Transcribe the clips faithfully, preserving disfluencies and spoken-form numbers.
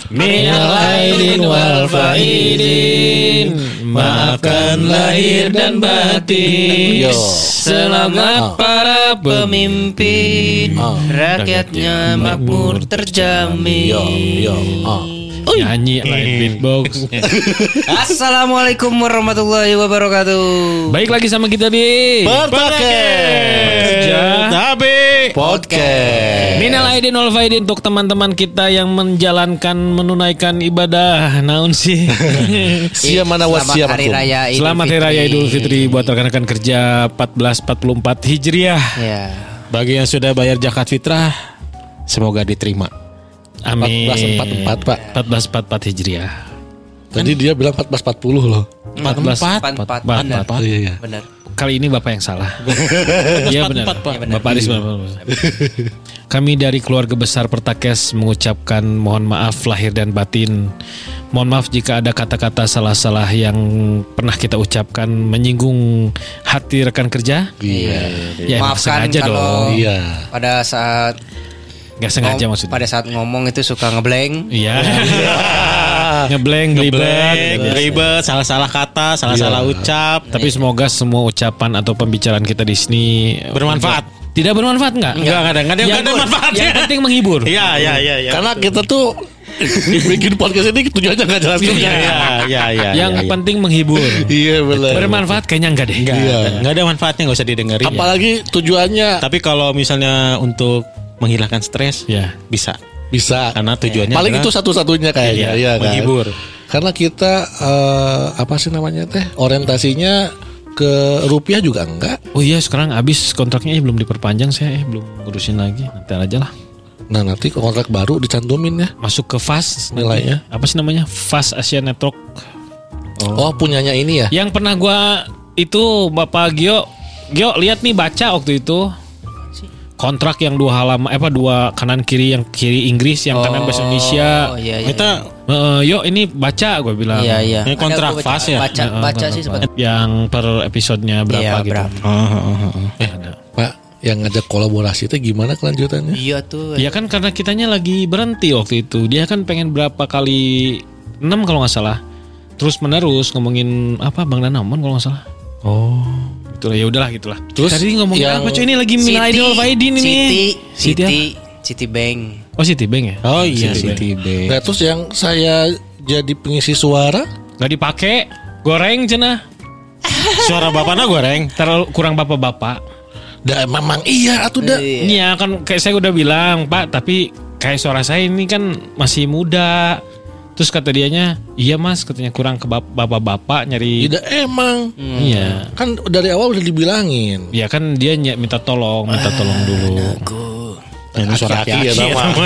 Minal aidin wal faidin, maafkan lahir dan batin. Yo. Selamat Oh. para pemimpin, Oh. rakyatnya makmur terjamin. Yo, yo. Oh. Nyanyi lain beatbox. Assalamualaikum warahmatullahi wabarakatuh. Baik lagi sama kita di Podcast Tapi Podcast. Minal aidin wal faidin untuk teman-teman kita yang menjalankan menunaikan ibadah naon sih. Sia mana Selamat wasia hari raya Idul Selamat hari raya Idul Fitri buat rekan-rekan kerja empat belas empat puluh empat Hijriah. Ya. Bagi yang sudah bayar zakat fitrah, semoga diterima. Amin. empat belas empat puluh empat Pak. empat belas empat puluh empat Hijriah. Tadi dia bilang empat belas empat puluh loh. empat belas Empat empat benar. Iya, iya. Benar. Kali ini Bapak yang salah. Iya benar. Iya, benar. Bapak Aris benar. Kami dari keluarga besar Pertakes mengucapkan mohon maaf lahir dan batin. Mohon maaf jika ada kata-kata salah-salah yang pernah kita ucapkan menyinggung hati rekan kerja. Iya. Ya, emang Maafkan sengaja kalau dong. Iya. pada saat Gak sengaja ngom- maksudnya. pada saat ngomong itu suka ngeblank. Iya. Ngeblank, belibet. Ngeblank, ribet, salah-salah kata, salah-salah Iya. ucap. Tapi semoga semua ucapan atau pembicaraan kita di sini Bermanfaat. Tidak bermanfaat enggak? Enggak, enggak ada, enggak ada, enggak ada manfaatnya. Yang penting menghibur. Iya, iya, iya, iya. Karena kita tuh bikin podcast ini tujuannya nggak jelas juga. Iya, iya, iya. Yang iya, iya. penting menghibur. Iya benar. Bermanfaat kayaknya enggak deh. Enggak, Iya. enggak ada manfaatnya, enggak usah didengerin. ya. Apalagi tujuannya Tapi kalau misalnya untuk menghilangkan stres, Ya. bisa. bisa. Karena tujuannya Paling adalah itu satu-satunya kayaknya, Iya, iya kan? menghibur. Karena kita eh, apa sih namanya teh? Orientasinya ke rupiah juga enggak. Oh iya sekarang habis kontraknya eh, belum diperpanjang saya eh, belum ngurusin lagi. Nanti aja lah. Nah nanti kontrak baru dicantumin ya Masuk ke F A S nanti. nilainya. Apa sih namanya? F A S Asia Network. Oh, punyanya ini ya? Yang pernah gua itu Bapak Gio Gio lihat nih baca waktu itu kontrak yang dua halaman apa dua kanan kiri, yang kiri Inggris, yang kanan bahasa Indonesia. Oh iya iya. Kita Eh, yuk ini baca gue bilang. Iya iya. Ini kontrak Ada gua baca- fast ya? Baca Eh, baca eh, sih sebenarnya. yang per episodenya berapa Iya, gitu. berapa. Oh, oh, oh, oh. Eh, ada. Pak, yang ngajak kolaborasi itu gimana kelanjutannya? Iya tuh. Ya kan karena kitanya lagi berhenti waktu itu. Dia kan pengen berapa kali enam kalau nggak salah. Terus menerus ngomongin apa Bang Danamon kalau nggak salah. Oh. Itulah ya udahlah gitulah. Terus tadi ngomongin yang- apa cuy ini lagi Minal Aidin wal Faidin ini. Citi, Citi. Citi, Citi Bank. Oh Citibank ya? Oh iya, Citibank. Citibank. Nah terus yang saya jadi pengisi suara Nggak dipakai, goreng cenah. Suara bapaknya goreng. Terlalu kurang bapak-bapak. dah memang iya atuh dah. Iya kan kayak saya udah bilang Pak, tapi kayak suara saya ini kan masih muda. Terus kata dianya, iya mas katanya kurang ke bap- bapak-bapak nyari. Tidak emang. Iya. Kan dari awal udah dibilangin. Ya kan dia ny- minta tolong, minta tolong dulu. Ini suara Aki-aki ya, aki-aki sama.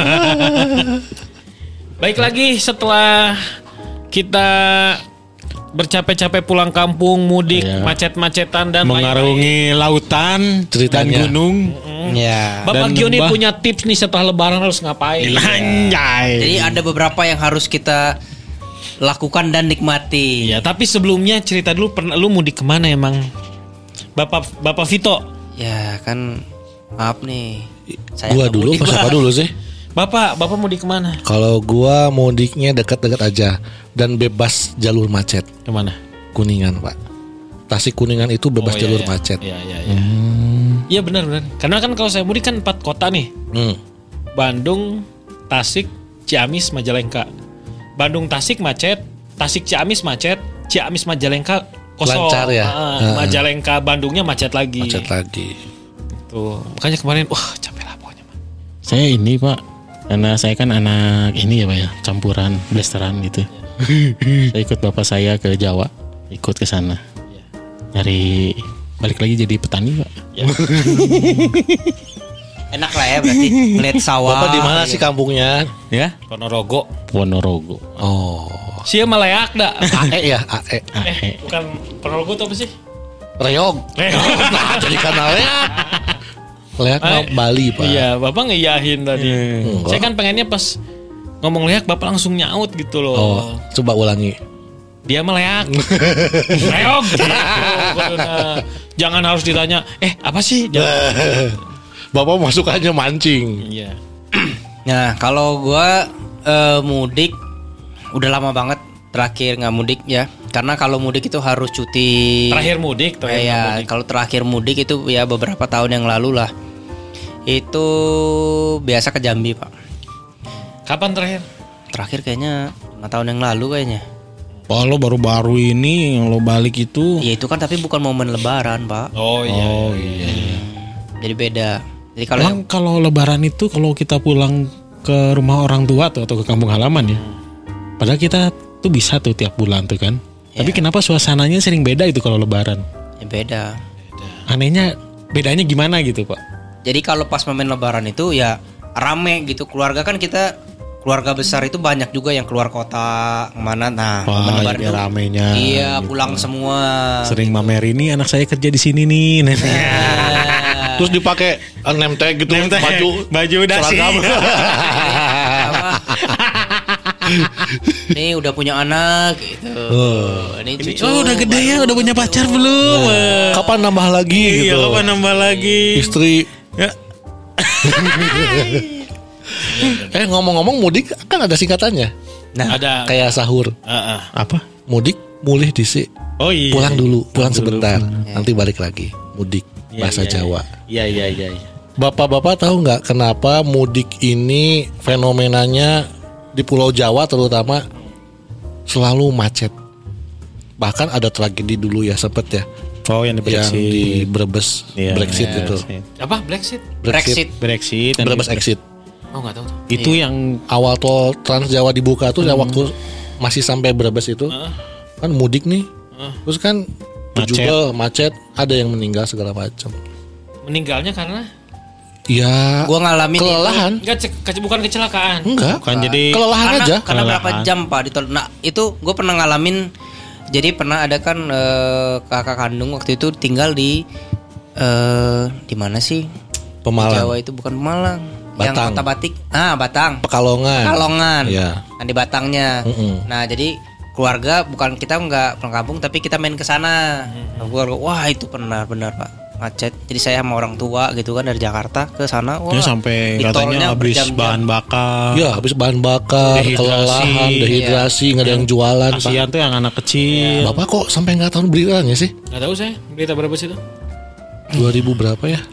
Baik lagi setelah kita bercapek-capek pulang kampung, mudik, Iya. macet-macetan dan lain-lain. mengarungi lautan dan Ceritanya. gunung. Ya. Bapak Dan Gio nih lembah. punya tips nih setelah lebaran harus ngapain? Anjay. Jadi ada beberapa yang harus kita lakukan dan nikmati. Ya, tapi sebelumnya cerita dulu pernah lu mudik kemana emang? Bapak Bapak Vito. Ya kan maaf nih. Saya Gua nggak dulu, mudik, pas Pak. siapa dulu sih? Bapak, Bapak mudik kemana? Kalau gua mudiknya dekat-dekat aja dan bebas jalur macet. Kemana? Kuningan, Pak. Tasik Kuningan itu bebas Oh, iya, jalur iya. macet. Iya, iya, iya. Iya benar benar. Karena kan kalau saya mudik kan empat kota nih. Hmm. Bandung, Tasik, Ciamis, Majalengka. Bandung Tasik macet, Tasik Ciamis macet, Ciamis Majalengka kosong. Lancar ya? Ah, Heeh. Majalengka Bandungnya macet lagi. Macet lagi. Tuh. Makanya kemarin wah capek lah pokoknya. Saya ini Pak, karena saya kan anak ini ya Pak ya, campuran blasteran gitu. Saya ikut bapak saya ke Jawa, ikut ke sana. Nyari balik lagi jadi petani Pak. Enak lah ya berarti melihat sawah. Bapak di mana sih kampungnya? Ya, Ponorogo. Ponorogo. Oh. Sia meleak dah. A E ya, A E. eh, bukan Ponorogo tuh apa sih? Reog. Nah, jadi kanal Reog. Leak mah Eh, Bali, Pak. Iya, Bapak ngiyahin tadi. Enggak. Saya kan pengennya pas ngomong leak Bapak langsung nyaut gitu loh. Oh, coba ulangi. Dia meleak. Reog gitu. Nah, jangan harus ditanya, "Eh, apa sih?" Jangan. Bapak masuk aja mancing. Iya. Nah, kalau gua eh, mudik udah lama banget terakhir nggak mudik ya. Karena kalau mudik itu harus cuti. Terakhir mudik, terakhir ya, mudik. kalau terakhir mudik itu ya beberapa tahun yang lalu lah. Itu biasa ke Jambi, Pak. Kapan terakhir? Terakhir kayaknya lima tahun yang lalu kayaknya. Oh, lo baru-baru ini yang lo balik itu. Ya itu kan tapi bukan momen lebaran, Pak. Oh iya. Oh iya. iya. Jadi beda. Jadi kalau Emang kalau lebaran itu kalau kita pulang ke rumah orang tua tuh atau ke kampung halaman ya. Padahal kita tuh bisa tuh tiap bulan tuh kan. Ya. Tapi kenapa suasananya sering beda itu kalau lebaran? ya beda. Anehnya bedanya gimana gitu, Pak? Jadi kalau pas momen lebaran itu ya rame gitu. Keluarga kan kita keluarga besar itu banyak juga yang keluar kota kemana. Nah, Wah, momen lebaran jadi itu ramenya. iya gitu. pulang semua. Sering mamer ini anak saya kerja di sini nih. Terus dipakai uh, name tag gitu, Name tag, baju baju dasi. seragam. Apa? Nih udah punya anak gitu. Oh. Ini Ini, cucu. oh udah gede ya, udah punya pacar belum? Kapan nambah lagi Iya, gitu? kapan nambah lagi? Istri. Ya. Eh ngomong-ngomong mudik kan ada singkatannya. Nah, Ada Kayak sahur. Heeh. Apa? Mudik mulih disi. Oh iya. Pulang dulu, pulang dulu. sebentar. Nanti balik lagi. Mudik Iya, bahasa iya, Jawa. Iya iya iya. iya. Bapak-bapak tahu nggak kenapa mudik ini fenomenanya di Pulau Jawa terutama selalu macet. Bahkan ada tragedi dulu ya sempet ya Oh yang di yang Brexit. di Brebes Iya, Brexit iya, itu. Brexit. apa Brexit? Brexit. Brexit. yang Brebes di- exit. Oh nggak tahu tuh. Itu yang Awal tol Trans Jawa dibuka tuh ya waktu masih sampai Brebes itu kan mudik nih. Terus kan Macet. juga macet, ada yang meninggal segala macam. Meninggalnya karena Ya, Gua ngalamin kelelahan. enggak ce- ke- bukan kecelakaan. Enggak. bukan jadi Kelelahan karena, aja. karena berapa Kelelahan. jam Pak di tol. Nah itu gue pernah ngalamin. Jadi pernah ada kan eh, kakak kandung waktu itu tinggal di eh di mana sih? Di Pemalang, Jawa itu bukan Pemalang. Yang Batang. kota batik. Ah Batang. Pekalongan. Kalongan. Iya. Nah di Batangnya. Mm-mm. Nah jadi keluarga bukan kita nggak pulang kampung tapi kita main ke sana. Nah, keluarga, wah itu benar-benar Pak macet. Jadi saya sama orang tua gitu kan dari Jakarta ke sana. Wah, ya sampai di katanya tolnya habis berjam-jam. bahan bakar. Ya habis bahan bakar, Dehidrasi. kelelahan, dehidrasi, nggak ada yang jualan. Pak. Kasihan tuh yang anak kecil. Bapak kok sampai nggak tahu beritanya sih? Nggak tahu saya berita berapa sih itu? dua ribu berapa ya?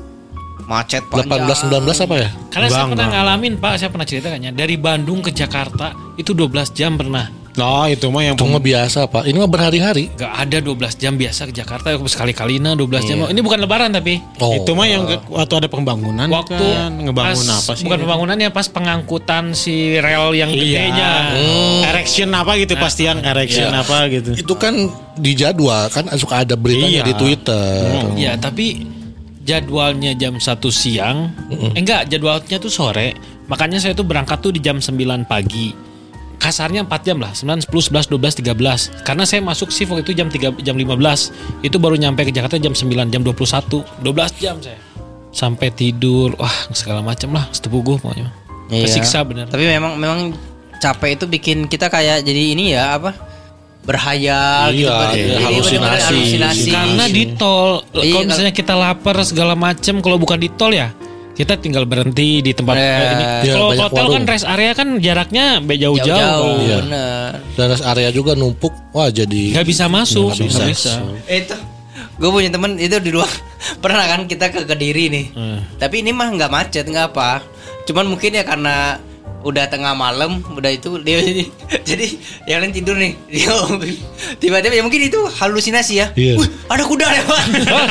Macet delapan belas sembilan belas apa ya? Karena saya Bang, pernah bang. ngalamin Pak, saya pernah cerita kayaknya dari Bandung ke Jakarta itu dua belas jam pernah. Nah itu mah yang Itu mah biasa Pak. Ini mah berhari-hari. Gak ada dua belas jam biasa ke Jakarta sekali-kali nah dua belas jam. Ini bukan lebaran tapi Oh. itu mah yang ke- waktu ada pembangunan waktu kan ngebangun pas- apa sih? bukan pembangunannya pas pengangkutan si rel yang gedenya. Erection apa gitu pasti yang erection Iya. apa gitu. Itu kan dijadwal kan suka ada beritanya Iya. di Twitter. Ya tapi jadwalnya jam satu siang. Eh, enggak, jadwalnya tuh sore. Makanya saya tuh berangkat tuh di jam sembilan pagi. Kasarnya empat jam lah, sembilan, sepuluh, sebelas, dua belas, tiga belas. Karena saya masuk shift waktu itu jam tiga, jam lima belas. Itu baru nyampe ke Jakarta jam sembilan, jam dua puluh satu. dua belas jam saya. Sampai tidur, wah segala macam lah, setepuguh pokoknya. Iya. Kesiksa bener. Tapi memang memang capek itu bikin kita kayak jadi ini ya apa? Berhayal Iya, gitu kan. iya, Jadi halusinasi. bener-bener halusinasi. Karena di tol, Iya, kalau misalnya kita lapar segala macam, kalau bukan di tol ya kita tinggal berhenti di tempat Ya. eh, ini. Ya, Kalau banyak hotel kan warung. rest area kan jaraknya be- jauh-jauh. jauh-jauh, Iya. bener. Dan rest area juga numpuk. Wah jadi Nggak bisa masuk, Nggak bisa. nggak bisa. Eh, Itu gue punya temen itu di luar pernah kan kita ke Kediri nih. Hmm. Tapi ini mah nggak macet nggak apa. Cuman mungkin ya karena udah tengah malam, udah itu dia jadi yang lain tidur nih. Dia tiba-tiba ya mungkin itu halusinasi ya. Iya. Wih, ada kuda lewat.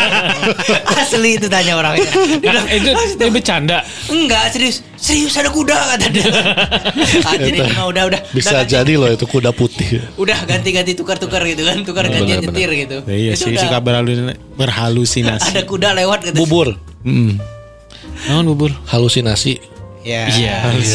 Asli itu tanya orangnya. Dia bilang, itu itu bercanda. enggak serius, serius ada kuda kata dia. Ah, jadi emang udah udah bisa udah, ganti- jadi loh itu kuda putih. udah ganti-ganti tukar-tukar gitu kan, tukar gantian benar, nyetir gitu. Ya, iya Itu sih udah suka berhalu- berhalusinasi. ada kuda lewat gitu. Bubur. Hmm. Naon bubur? Halusinasi. Ya. Iya.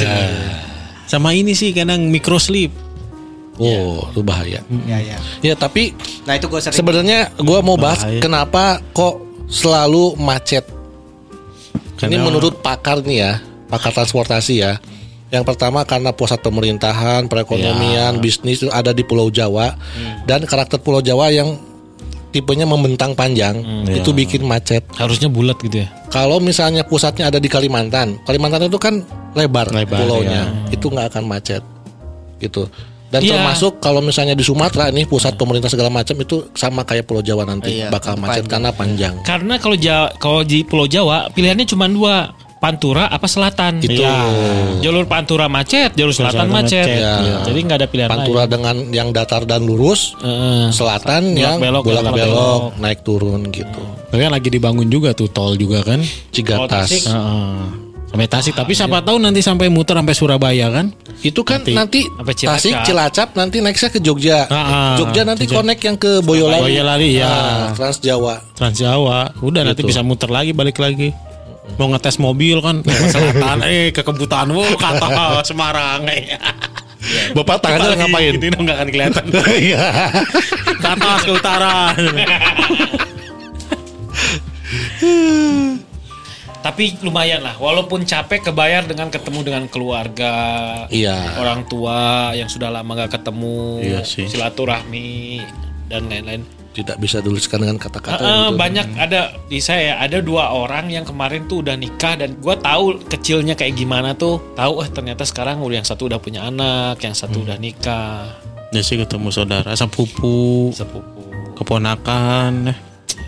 Sama ini sih kadang micro sleep. Oh, itu bahaya. Ya, ya. Ya tapi Nah itu gue sering. sebenarnya gue mau bahas Bahaya. kenapa kok selalu macet. Ini Karena- menurut pakar nih ya, pakar transportasi ya. Yang pertama karena pusat pemerintahan, perekonomian, bisnis itu ada di Pulau Jawa dan karakter Pulau Jawa yang tipenya membentang panjang itu bikin macet. Harusnya bulat gitu ya. Kalau misalnya pusatnya ada di Kalimantan, Kalimantan itu kan lebar, Lebar, pulaunya, itu nggak akan macet, gitu. Dan Iya. termasuk kalau misalnya di Sumatera nih pusat pemerintah segala macam itu sama kayak Pulau Jawa nanti Iya, bakal macet panjang. karena panjang. Karena kalau Jawa, kalau di Pulau Jawa pilihannya cuma dua, Pantura apa selatan. Itu Iya. Jalur Pantura macet, jalur selatan, selatan macet. macet, iya. Iya. Jadi nggak ada pilihan Pantura lain. dengan yang datar dan lurus, Heeh. selatan yang belok, bolak-belok belok. naik turun gitu. Tapi kan lagi dibangun juga tuh tol juga kan. Cigatas. Tasik. Heeh. Sampai Tasik, tapi siapa tahu nanti sampai muter sampai Surabaya kan? Itu kan nanti, Sampai Cilacap. Tasik, Cilacap nanti nextnya ke Jogja. Ah, Jogja nanti Jogja. connect yang ke Boyolali. Boyolali, ya. Ah, Trans Jawa. Trans Jawa. Udah nanti Gitu. bisa muter lagi balik lagi. Mau ngetes mobil kan ke selatan eh ke Kebutaan wo kata Semarang eh. Bapak tangannya ngapain? Ini dong nggak akan kelihatan. Iya. Ke atas ke utara. Tapi lumayan lah, walaupun capek kebayar dengan ketemu dengan keluarga, Iya. orang tua yang sudah lama gak ketemu, Iya sih. silaturahmi dan lain-lain. Tidak bisa diluluskan dengan kata-kata Ah, ah, gitu. banyak ada di saya ada dua orang yang kemarin tuh udah nikah dan gue tahu kecilnya kayak gimana tuh, tahu eh ternyata sekarang udah yang satu udah punya anak, yang satu udah nikah, Ya sih ketemu saudara, sepupu, sepupu. keponakan. eh.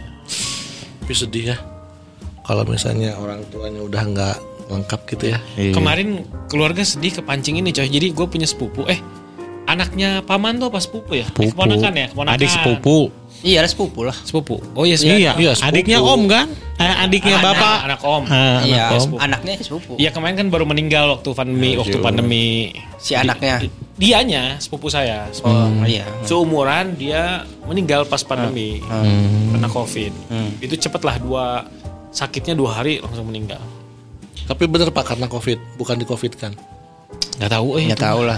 Tapi sedih ya. Kalau misalnya orang tuanya udah nggak lengkap gitu ya. Iya. Kemarin keluarga sedih kepancing ini coy. Jadi gue punya sepupu. Eh anaknya paman tuh apa sepupu ya? Eh, Sepupu. keponakan ya? Keponakan. Adik sepupu. Iya, ada sepupu lah. Sepupu. Oh iya Iya, Iya, sepupu. adiknya om kan? Eh, adiknya Anak- bapak. Anak om. Ah, Iya, anak om. anaknya sepupu. Iya kemarin kan baru meninggal waktu pandemi. Waktu pandemi. Si anaknya. Dianya sepupu saya. Sepupu. Oh, iya. Seumuran dia meninggal pas pandemi. Kena covid. Itu cepet lah dua. Sakitnya dua hari langsung meninggal. Tapi bener Pak karena Covid, bukan di Covid kan. Nggak tahu eh. Nggak itu. tahu lah.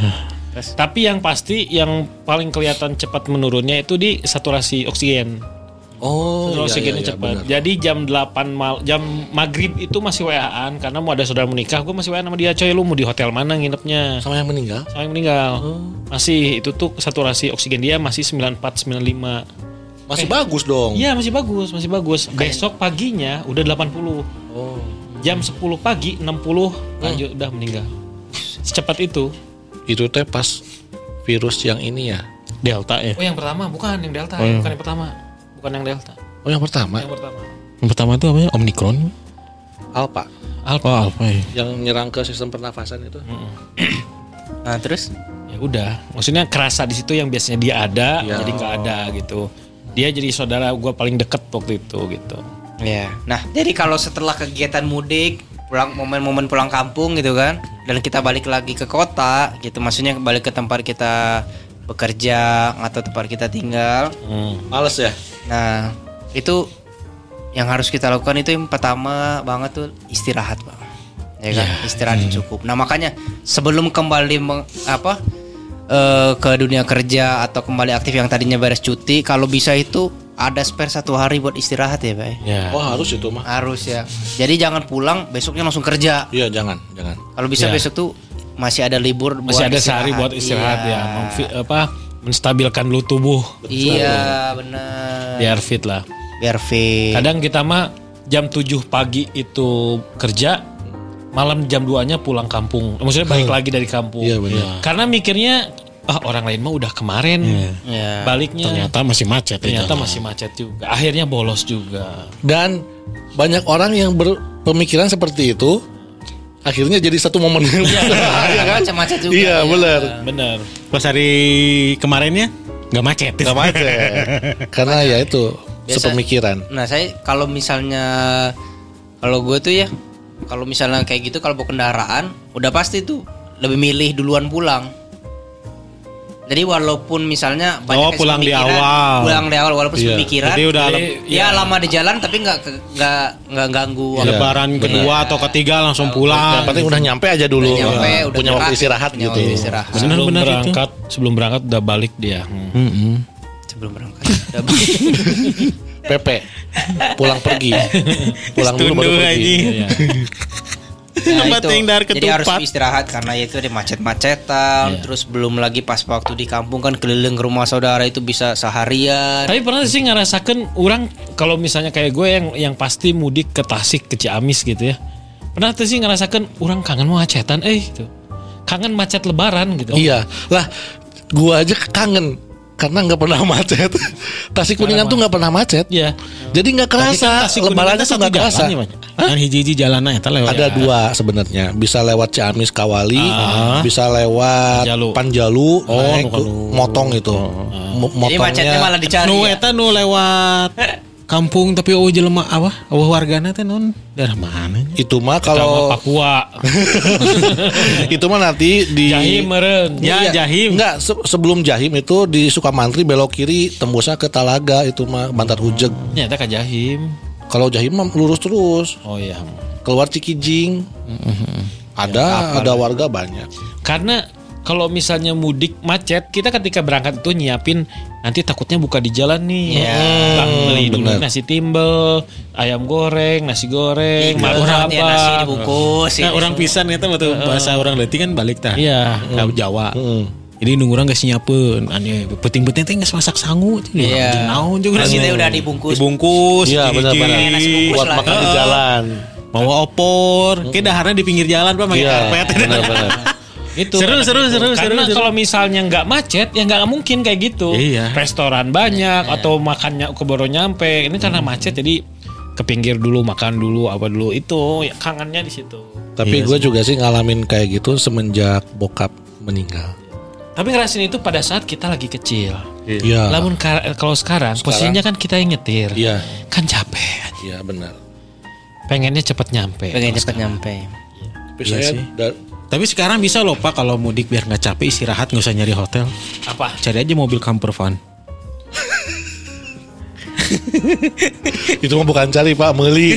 Tapi yang pasti yang paling kelihatan cepat menurunnya itu di saturasi oksigen. Oh, Saturasi oksigennya cepat. Jadi jam delapan mal, jam maghrib itu masih W A-an karena mau ada saudara menikah, gue masih W A sama dia, coy lu mau di hotel mana nginepnya? Sama yang meninggal? Sama yang meninggal. Masih itu tuh saturasi oksigen dia masih sembilan puluh empat sembilan puluh lima. Masih bagus dong. Iya, masih bagus, masih bagus. Besok paginya udah delapan puluh. Oh. Jam sepuluh pagi enam puluh lanjut udah meninggal. Secepat itu. Itu teh pas virus yang ini ya. Delta ya. Oh, yang pertama bukan yang Delta, Oh, iya. bukan yang pertama. Bukan yang Delta. Oh, yang pertama Yang pertama. Yang pertama itu apa ya? Omikron. Alpha Alpha. Oh, Alpha ya. yang nyerang ke sistem pernafasan itu. Nah, terus Ya udah, maksudnya kerasa di situ yang biasanya dia ada, Iya. jadi nggak ada gitu. Dia jadi saudara gue paling deket waktu itu gitu. ya. Nah, jadi kalau setelah kegiatan mudik, pulang momen-momen pulang kampung gitu kan, dan kita balik lagi ke kota gitu, maksudnya balik ke tempat kita bekerja atau tempat kita tinggal. Males ya? Nah, itu yang harus kita lakukan itu yang pertama banget tuh istirahat, Bang. Ya kan? Istirahat yang cukup. Nah, makanya sebelum kembali meng- apa eh, ke dunia kerja atau kembali aktif yang tadinya beres cuti, kalau bisa itu ada spare satu hari buat istirahat ya, Pak. Ya. Oh, harus itu mah. Harus ya. Jadi jangan pulang besoknya langsung kerja. Iya, jangan, jangan. Kalau bisa Ya. besok tuh masih ada libur buat Masih ada istirahat. sehari buat istirahat Iya. ya, memfi- apa menstabilkan dulu tubuh Iya, benar. biar fit lah. Biar fit. Kadang kita mah jam tujuh pagi itu kerja, malam jam dua-nya pulang kampung. Maksudnya balik lagi dari kampung. Iya, benar. Karena mikirnya ah orang lain mah udah kemarin. Ya. Baliknya Ternyata masih macet. ternyata ya. masih macet juga. Akhirnya bolos juga. Dan banyak orang yang berpemikiran seperti itu akhirnya jadi satu momen. Iya kan? Macet-macet juga. Iya, ya. benar. Bener. Pas hari kemarinnya nggak macet. Gak macet. Karena ya itu Biasa- sepemikiran. Nah, saya kalau misalnya kalau gue tuh ya, kalau misalnya kayak gitu kalau bawa kendaraan, udah pasti tuh lebih milih duluan pulang. Jadi walaupun misalnya banyak Oh, yang pulang di sepemikiran, awal. pulang di awal walaupun Iya. sepemikiran. Jadi udah Jadi, lem- ya lama di jalan tapi nggak ke- nggak nggak ganggu. Iya. lebaran kedua atau ketiga langsung pulang. Yang penting udah nyampe aja dulu. Udah nyampe, Ya, udah punya gerak, waktu istirahat punya gitu. waktu istirahat. Bener, sebelum bener itu. berangkat, sebelum berangkat udah balik dia. Hmm. Mm-mm. Sebelum berangkat. P P. Pulang pergi. Pulang dulu baru Tunduk pergi. aja. Iya. Nah, Tempat itu. tinggal Jadi harus ketupat. istirahat karena itu ada macet-macetan. Iya. Terus belum lagi pas waktu di kampung kan keliling ke rumah saudara itu bisa seharian. Tapi pernah sih ngerasakan orang kalau misalnya kayak gue yang yang pasti mudik ke Tasik ke Ciamis gitu ya. Pernah tuh sih ngerasakan orang kangen macetan eh gitu. kangen macet lebaran gitu. Iya, lah gua aja kangen karena nggak pernah macet. Tasik Kuningan tuh nggak pernah macet. Iya. Jadi nggak kerasa. Lebarannya tuh nggak kerasa. Kan hiji-hiji jalan eta lewat. Ada dua sebenarnya. Bisa lewat Ciamis Kawali, Ah. bisa lewat Panjalu. Panjalu, Oh, naik nu tuh, kanu. motong itu. Mo- Jadi macetnya malah dicari. Nu ya? eta nu lewat kampung tapi eueuh jelema apa? Eueuh wargana teh non daerah mana? Itu mah Kalau kalau Papua. itu mah nanti di Jahim meren. Ya, Iya. Jahim. Enggak, se- sebelum Jahim itu di Sukamantri belok kiri tembusnya ke Talaga itu mah Bantar Hujeg. Nyata ka Jahim. Kalau Jahim mah lurus terus Oh iya. keluar Cikijing. Ada ada warga banyak. Karena kalau misalnya mudik macet, kita ketika berangkat itu nyiapin nanti takutnya buka di jalan nih. Iya. Lah, beli dulu bener. nasi timbel, ayam goreng, nasi goreng, Iya, martabak. ya, nasi dibungkus. Nah, ini orang semua. pisan eta betul bahasa orang leutik kan balik tah. Iya. Ka Jawa. Heeh. Jadi nunggu orang geus nyiapeun. Ane penting-penting teh geus masak sangu. Iya. Naon juga Nasi teh udah dibungkus. Dibungkus. Iya, hiji-hiji. benar-benar. Nasi bungkus Buat lah. makan di jalan. Bawa opor. Kayak daharnya di pinggir jalan Pak pakai Iya, karpet. benar-benar. Itu Seru, seru, seru, Karena seru, seru. kalau misalnya nggak macet, ya nggak mungkin kayak gitu. Iya. Restoran banyak atau makannya keburu nyampe. Ini karena macet jadi ke pinggir dulu, makan dulu, apa dulu itu ya, kangennya di situ. Tapi gue juga sih ngalamin kayak gitu semenjak bokap meninggal. Tapi ngerasain itu pada saat kita lagi kecil. Iya. Namun ka- kalau sekarang, posisinya kan kita yang nyetir. Iya. Kan capek. Iya benar. Pengennya cepet nyampe. Pengen cepet nyampe. Tapi Iya saya sih. da- Tapi sekarang bisa loh Pak kalau mudik biar nggak capek istirahat nggak usah nyari hotel. Apa? Cari aja mobil camper van. itu mah bukan cari Pak, meuli.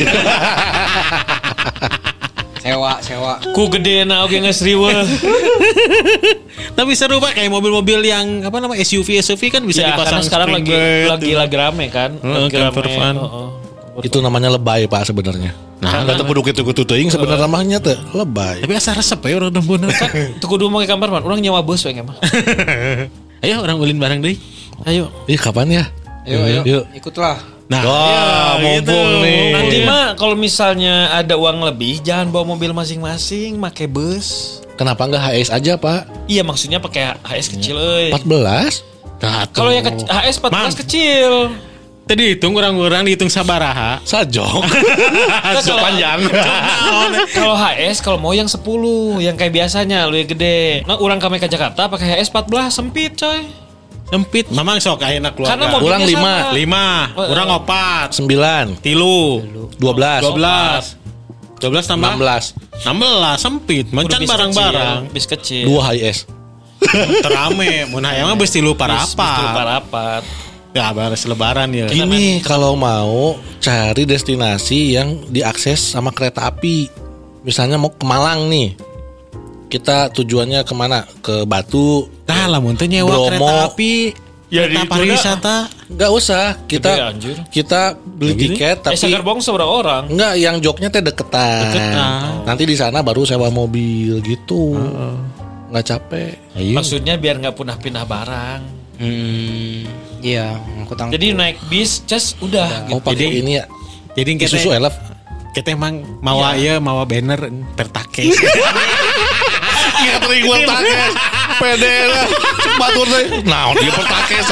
Sewa, sewa. Ku gede na oke nggak serius. Tapi seru Pak kayak mobil-mobil yang apa nama S U V S U V kan bisa Ya, karena dipasang sekarang spring lagi bed. lagi lagi rame kan. Heeh, Lagi camper rame. van. Heeh. Itu namanya lebay Pak sebenarnya. Nah, enggak tepeduk itu kutu teuing sebenarnya namanya teh lebay. Tapi asa resep ya orang bener kan. Tuh kudu mau ke kamar man. Orang nyewa bus we mah. Ayo orang ulin bareng deh. Ayo. Ih kapan ya? Ayo, ayo. Yuk. Ikutlah. Nah, Wah, iya, mumpung nih. Nanti mah kalau misalnya ada uang lebih jangan bawa mobil masing-masing, pakai bus. Kenapa enggak H S aja Pak? Iya maksudnya pakai H S kecil euy. empat belas? Nah, Kalau yang kecil, H S empat belas Mang. kecil. tadi hitung orang-orang dihitung sabaraha. Sajok. Kalau panjang. Kalau H S kalau mau yang sepuluh, yang kayak biasanya lu yang gede. Nah, orang kami ke Jakarta pakai H S empat belas sempit coy. Sempit. Mamang sok ayeuna Karena keluarga. mobilnya Kurang lima. sama. lima, Oh, kurang oh. opat, sembilan, tilu, dua belas, dua belas, dua belas tambah enam belas, enam belas sempit. Udah Macan bis barang-barang. kecil, bis kecil. dua H S. Terame. Mun hayang mah beus tilu Bis- bis tuh parapat. parapat. Ya baris lebaran ya. Gini kalau mau cari destinasi yang diakses sama kereta api. Misalnya mau ke Malang nih. Kita tujuannya kemana? Ke Batu. Nah, lamun teh nyewa Bromo. kereta api. Ya, Kereta di- pariwisata. Nggak usah. Kita Gede, anjir. kita beli Gini? tiket Eh tapi Sagar Bongso berapa orang? enggak yang joknya teh deketan. Deketan. Nanti di sana baru sewa mobil gitu. Nggak capek. Ayo. Maksudnya biar nggak punah-pindah barang. Hmm, iya, angkut angkut. Jadi naik bis, just udah. Oh pakai Jadi- ini ya. Jadi kita Isuzu Elf. kita emang mawa ya mawa banner tertake. Iya terima takes. Pede lah. Batur teh. Nah, dia pertakes.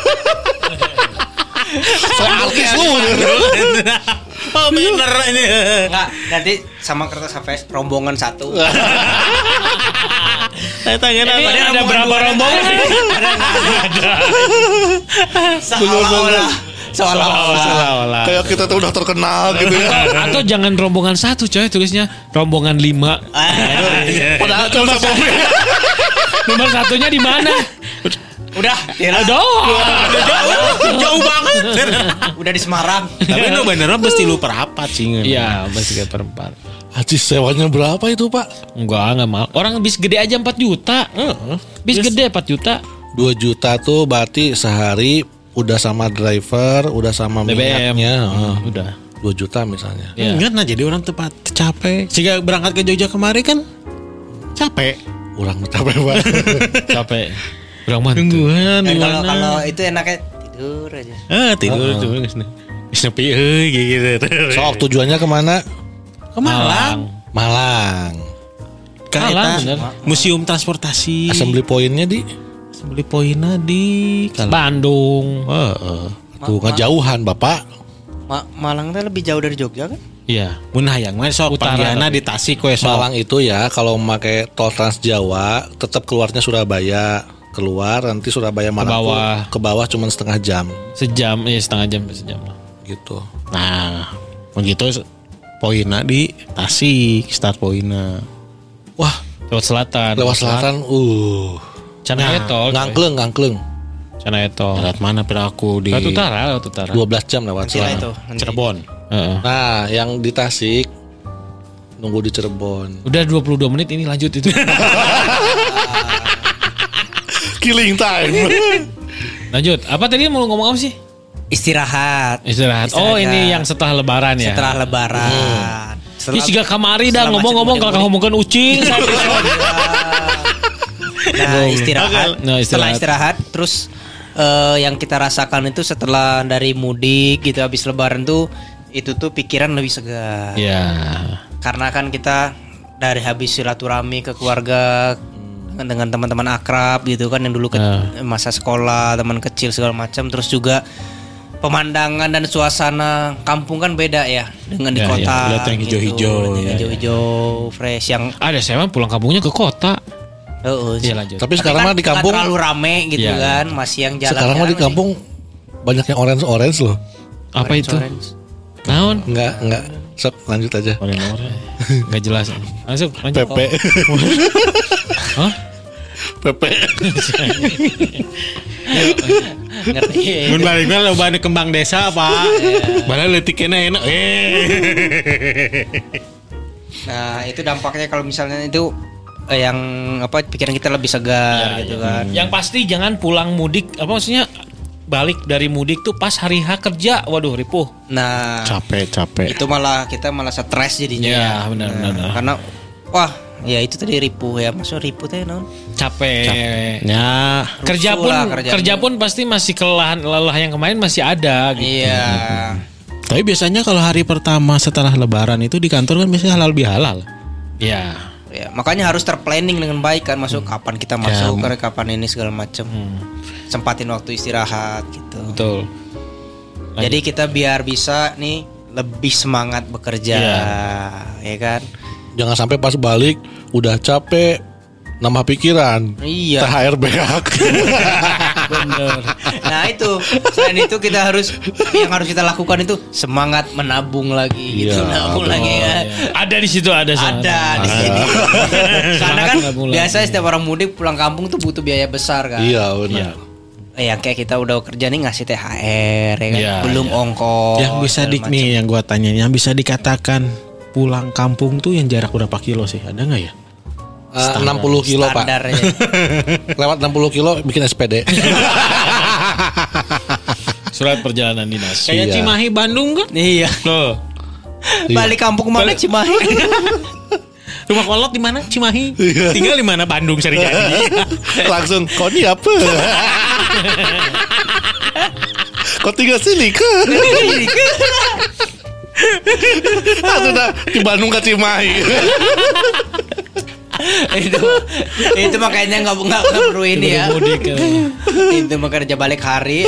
Saya artis lu. Oh banner ini. Enggak, nanti sama kertas H V S rombongan satu. Saya tanya Ini apa? ada berapa rombongan? Seolah-olah. Seolah-olah. Salah. Kayak kita tuh udah terkenal gitu ya. Atau jangan rombongan satu coy, tulisnya rombongan lima. Padahal cuma satu. Nomor satunya di mana? Udah, tidak. Aduh. Jauh, jauh banget. Udah di Semarang. Tapi lu beneran mesti lu perapat sih. Iya, masih kayak perempat. Haji sewanya berapa itu Pak? Enggak, enggak mau. Orang bis gede aja empat juta. Bis gede empat juta. dua juta tuh berarti sehari udah sama driver, udah sama B B M. minyaknya. heeh. Udah. dua juta misalnya. Iya. Ingat nah jadi orang tepat capek. Jika berangkat ke Jogja kemarin kan capek. Kurang capek Pak. Capek. Kurang mantu. Tungguan Dan di kalau mana? kalau itu enaknya tidur aja. Ah tidur tuh geus na. Geus nepi euy gitu. Sok tujuannya kemana? Ke Malang. Malang. Ka Kalah, eta bener. museum transportasi. Assembly pointnya di Assembly pointna di Bandung. Heeh. tuh ngejauhan Bapak. Ma- Malang teh lebih jauh dari Jogja kan? Iya. Mun hayang mah sok Utara panggiana tapi. di Tasik we sok. Malang itu ya kalau memakai tol Trans Jawa tetap keluarnya Surabaya. Keluar nanti Surabaya Malang tuh bawah. ke bawah cuma setengah jam Sejam, ya setengah jam sejam lah. gitu. Nah, begitu poinna di Tasik, start poinna. Wah, Lewat selatan. lewat selatan uh Cana Nah, etol. ngangkleng ngangkleng Cana etol. Lewat mana pira aku di Lewat utara, lewat utara. dua belas jam lewat Nanti lah selatan. itu. Nanti. Cirebon. Heeh. Nah, yang di Tasik nunggu di Cirebon. Udah dua puluh dua menit ini lanjut itu. Killing time. Lanjut. Apa tadi mau ngomong apa sih? Istirahat. Istirahat. Oh, ini yang setelah lebaran ya. Setelah lebaran. Ini juga kamari dah setelah ngomong-ngomong macet kalau ngomongkan ucing. Nah, istirahat. Nah, Setelah istirahat. istirahat terus eh, yang kita rasakan itu setelah dari mudik gitu habis lebaran tuh itu tuh pikiran lebih segar. Ya. Karena kan kita dari habis silaturahmi ke keluarga dengan dengan teman-teman akrab gitu kan yang dulu ke Nah. masa sekolah, teman kecil segala macam, terus juga pemandangan dan suasana kampung kan beda ya dengan di Ya, kota. ya. Lihat yang hijau-hijau, gitu. Lihat yang ya, hijau-hijau, fresh yang Ada saya mah pulang kampungnya ke kota. oh, Iya lanjut. Tapi sekarang kan mah di nggak kampung terlalu rame gitu Iya, kan, masih yang jalan. sekarang mah di kampung banyak yang orange orange loh. Apa itu? Naon? Enggak, enggak. Sok lanjut aja. Orang-orang. Enggak jelas. Masuk lanjut. Pepe. Hah? Pepe. Ngerti. Mun balikna loba anu kembang desa, Pak. Bala leutikna enak. Eh. Nah, itu dampaknya kalau misalnya itu eh, yang apa pikiran kita lebih segar gitu kan. Yang pasti jangan pulang mudik. Apa maksudnya? Balik dari mudik tuh pas hari H kerja. Waduh, ripuh. Nah, Capek, capek. itu malah kita malah stres jadinya. Iya, benar, Nah, benar. Karena wah, ya itu tadi ripuh ya. Maksud ripuh teh non. Capek. Ya, Kerja Rusuh pun lah kerjaan. kerja pun pasti masih kelelahan lelah yang kemarin masih ada gitu. Iya. tapi biasanya kalau hari pertama setelah lebaran itu di kantor kan biasanya halal bihalal. Iya. Ya, makanya harus terplanning dengan baik kan, masuk kapan kita masuk, Ya. kapan ini segala macam. Sempatin waktu istirahat gitu. Betul. Jadi kita biar bisa nih lebih semangat bekerja, ya kan? Jangan sampai pas balik udah capek nambah pikiran. Iya. T H R beak. Bener. Nah itu selain itu kita harus yang harus kita lakukan itu semangat menabung lagi gitu, Iya, nabung betul. lagi ya. Ada di situ ada sana. Ada di sini. Karena kan Nabung lagi. biasa setiap orang mudik pulang kampung tuh butuh biaya besar kan. Iya benar. Eh, yang kayak kita udah kerja nih ngasih T H R ya kan, Iya, belum ongkos. yang bisa segala di macam. nih yang gua tanya, yang bisa dikatakan pulang kampung tuh yang jarak berapa kilo sih? Ada nggak ya? Eh, enam puluh kilo Pak. Standar ya. Lewat enam puluh kilo bikin S P D. Surat perjalanan dinas. Kayak Iya. Cimahi Bandung kan? Iya. Loh. Balik kampung kemana Cimahi? Rumah kolot di mana? Cimahi. Tinggal di mana? Bandung cari jadi. Langsung kau ini apa? Kau tinggal sini ke? Ah, sudah di Bandung ke Cimahi. itu itu makanya nggak nggak nggak perlu ini ya. Mudik. ya. Itu mah kerja balik hari.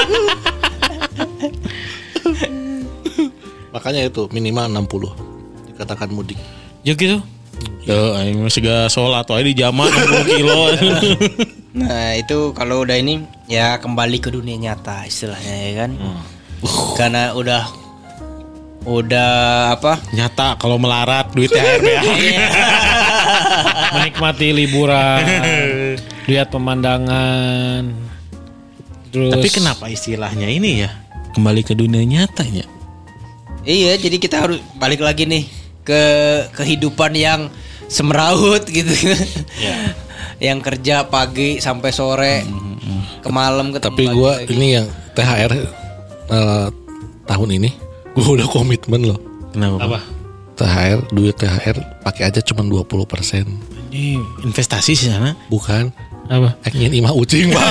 Makanya itu minimal enam puluh dikatakan mudik. Ya gitu. Yo, aing masih gak sholat wae di jamaah enam puluh kilo. Nah itu kalau udah ini ya kembali ke dunia nyata istilahnya ya kan. Karena udah udah apa? Nyata kalau melarat duit T H R ya. Menikmati liburan, lihat pemandangan. Terus Tapi kenapa istilahnya ini ya? Kembali ke dunia nyatanya. Iya jadi kita harus balik lagi nih ke kehidupan yang semeraut gitu. Yang kerja pagi sampai sore ke malam ke Tapi tempat gue lagi. ini yang T H R eh, tahun ini gue udah komitmen loh. Kenapa? apa? T H R duit T H R pakai aja cuma dua puluh persen. Ini investasi sih sana. Bukan Apa? ingin imah ucing Pak.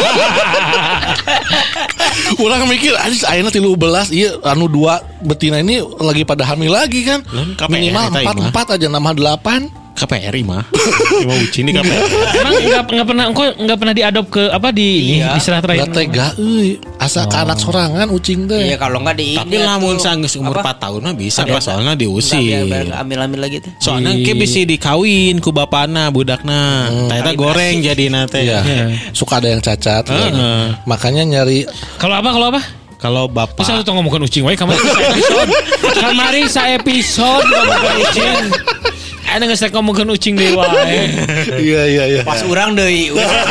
Ulang mikir anjir ayeuna tilu belas iya anu dua betina ini lagi pada hamil lagi kan. Lain K P R Minimal eta empat imah. empat aja nambah delapan. K P R I mah. Cuma ucing di K P R I. Emang nggak nggak pernah engkau nggak pernah diadop ke apa di ini Iya. di serah terakhir. Gak tega euy, asa ke anak sorangan ucing teh. Iya kalau nggak di Tapi ini lamun atuh, sanggeus umur apa? empat tahun mah bisa Ada- Pak, soalnya Biar diusir. biar ambil-ambil lagi tuh. Soalnya Di- ke bisa dikawin ku bapana budakna. Ternyata goreng jadi nate. Iya. Suka ada yang cacat. Heeh. Makanya nyari Kalau apa kalau apa? Kalau bapak Bisa tuh ngomongin ucing wae kamari sa episode. Kamari sa episode ngomongin ucing. Ada nggak ngomongin ucing deui wae. Iya iya iya. Pas urang deui.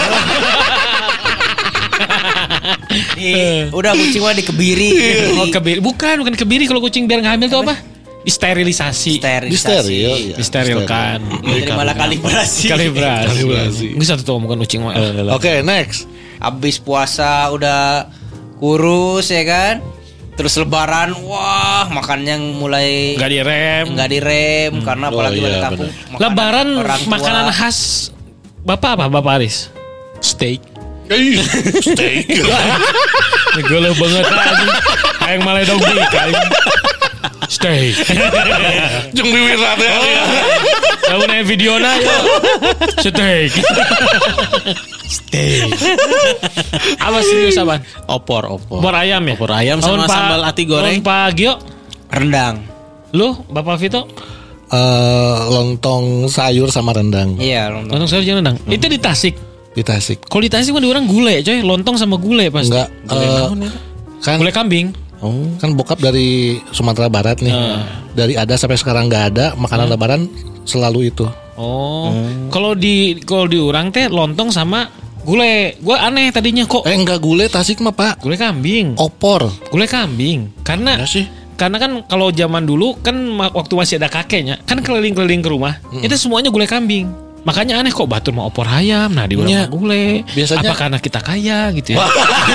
Ih, udah kucing mah dikebiri. Oh, kebiri. Bukan, bukan kebiri kalau kucing biar nggak hamil tuh apa? Disterilisasi. Sterilisasi. Di steril. ya. Disterilkan. Jadi malah kalibrasi. Kalibrasi. Kalibrasi. Nggak satu tuh ngomongin ucing wae. Oke, next. Abis puasa udah kurus ya kan. Terus lebaran, wah makannya mulai Nggak direm. nggak direm karena Oh, apalagi iya, balik kampung. makanan Lebaran orang tua. makanan khas Bapak apa Bapak Aris? steak. Steak. Gelo banget aja. Kayak malah dong kayak steak. Jeung wiwirna teh. Tahu nih videona yo. Steak. Steak. Apa serius apa? Opor, opor. Opor ayam ya? Opor ayam Tahun sama Pak- sambal ati goreng. tahun Pak Gio. Rendang. Lu Bapak Vito? Eh, lontong sayur sama rendang Iya, lontong. Lontong sayur jangan rendang. Itu di Tasik. di Tasik. Kalau di Tasik mah di orang gulai coy, lontong sama gulai pasti. Enggak eh, kan Gulai kambing. Oh. kan bokap dari Sumatera Barat nih. Dari ada sampai sekarang nggak ada makanan lebaran selalu itu. Oh. Kalau di kalau di orang teh lontong sama gulai. Gua aneh tadinya kok Eh enggak gulai Tasik mah Pak. gulai kambing. Opor. Gulai kambing. Karena Ya sih. karena kan kalau zaman dulu kan ma- waktu masih ada kakeknya kan keliling-keliling ke rumah itu semuanya gulai kambing. Makanya aneh kok batur mau opor ayam, nah di Iya. orang mah gulai. Biasanya- Apa karena kita kaya gitu ya?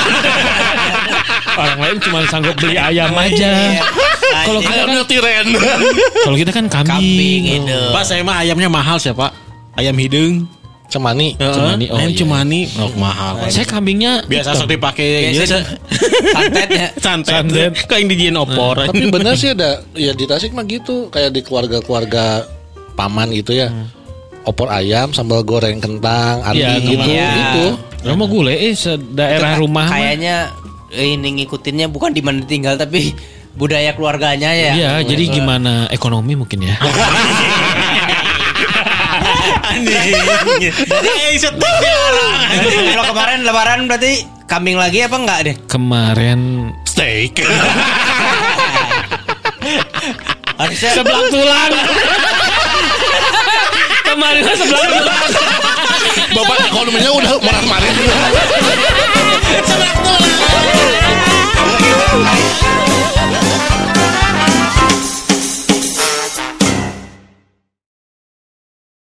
Orang lain cuma sanggup beli ayam aja. Kalau kita kan tiren. kalau kita kan Kambing kambing. itu. Pak, saya mah ayamnya mahal siapa? Ayam hidung. Cemani. Cemani, oh ayam iya. cemani. Oh, mahal. Saya kambingnya Biasa sok dipakai Biasa biasa santetnya. santet. Santet. Kayak yang dijieun opor. Tapi bener sih ada ya di Tasik mah gitu kayak di keluarga-keluarga paman gitu ya. Opor ayam, sambal goreng kentang, andi Iya, gitu. iya. Itu. Rumah gulai eh se- daerah Itu rumah mah. kayaknya ini ngikutinnya bukan di mana tinggal tapi budaya keluarganya ya. Iya, jadi gimana ekonomi mungkin ya. Eh, setengah orang. Kalau kemarin lebaran berarti kambing lagi apa enggak deh? Kemarin Steak. Harusnya sebelah tulang. Kemarin sebelah tulang. Bapak ekonominya udah marah-marah.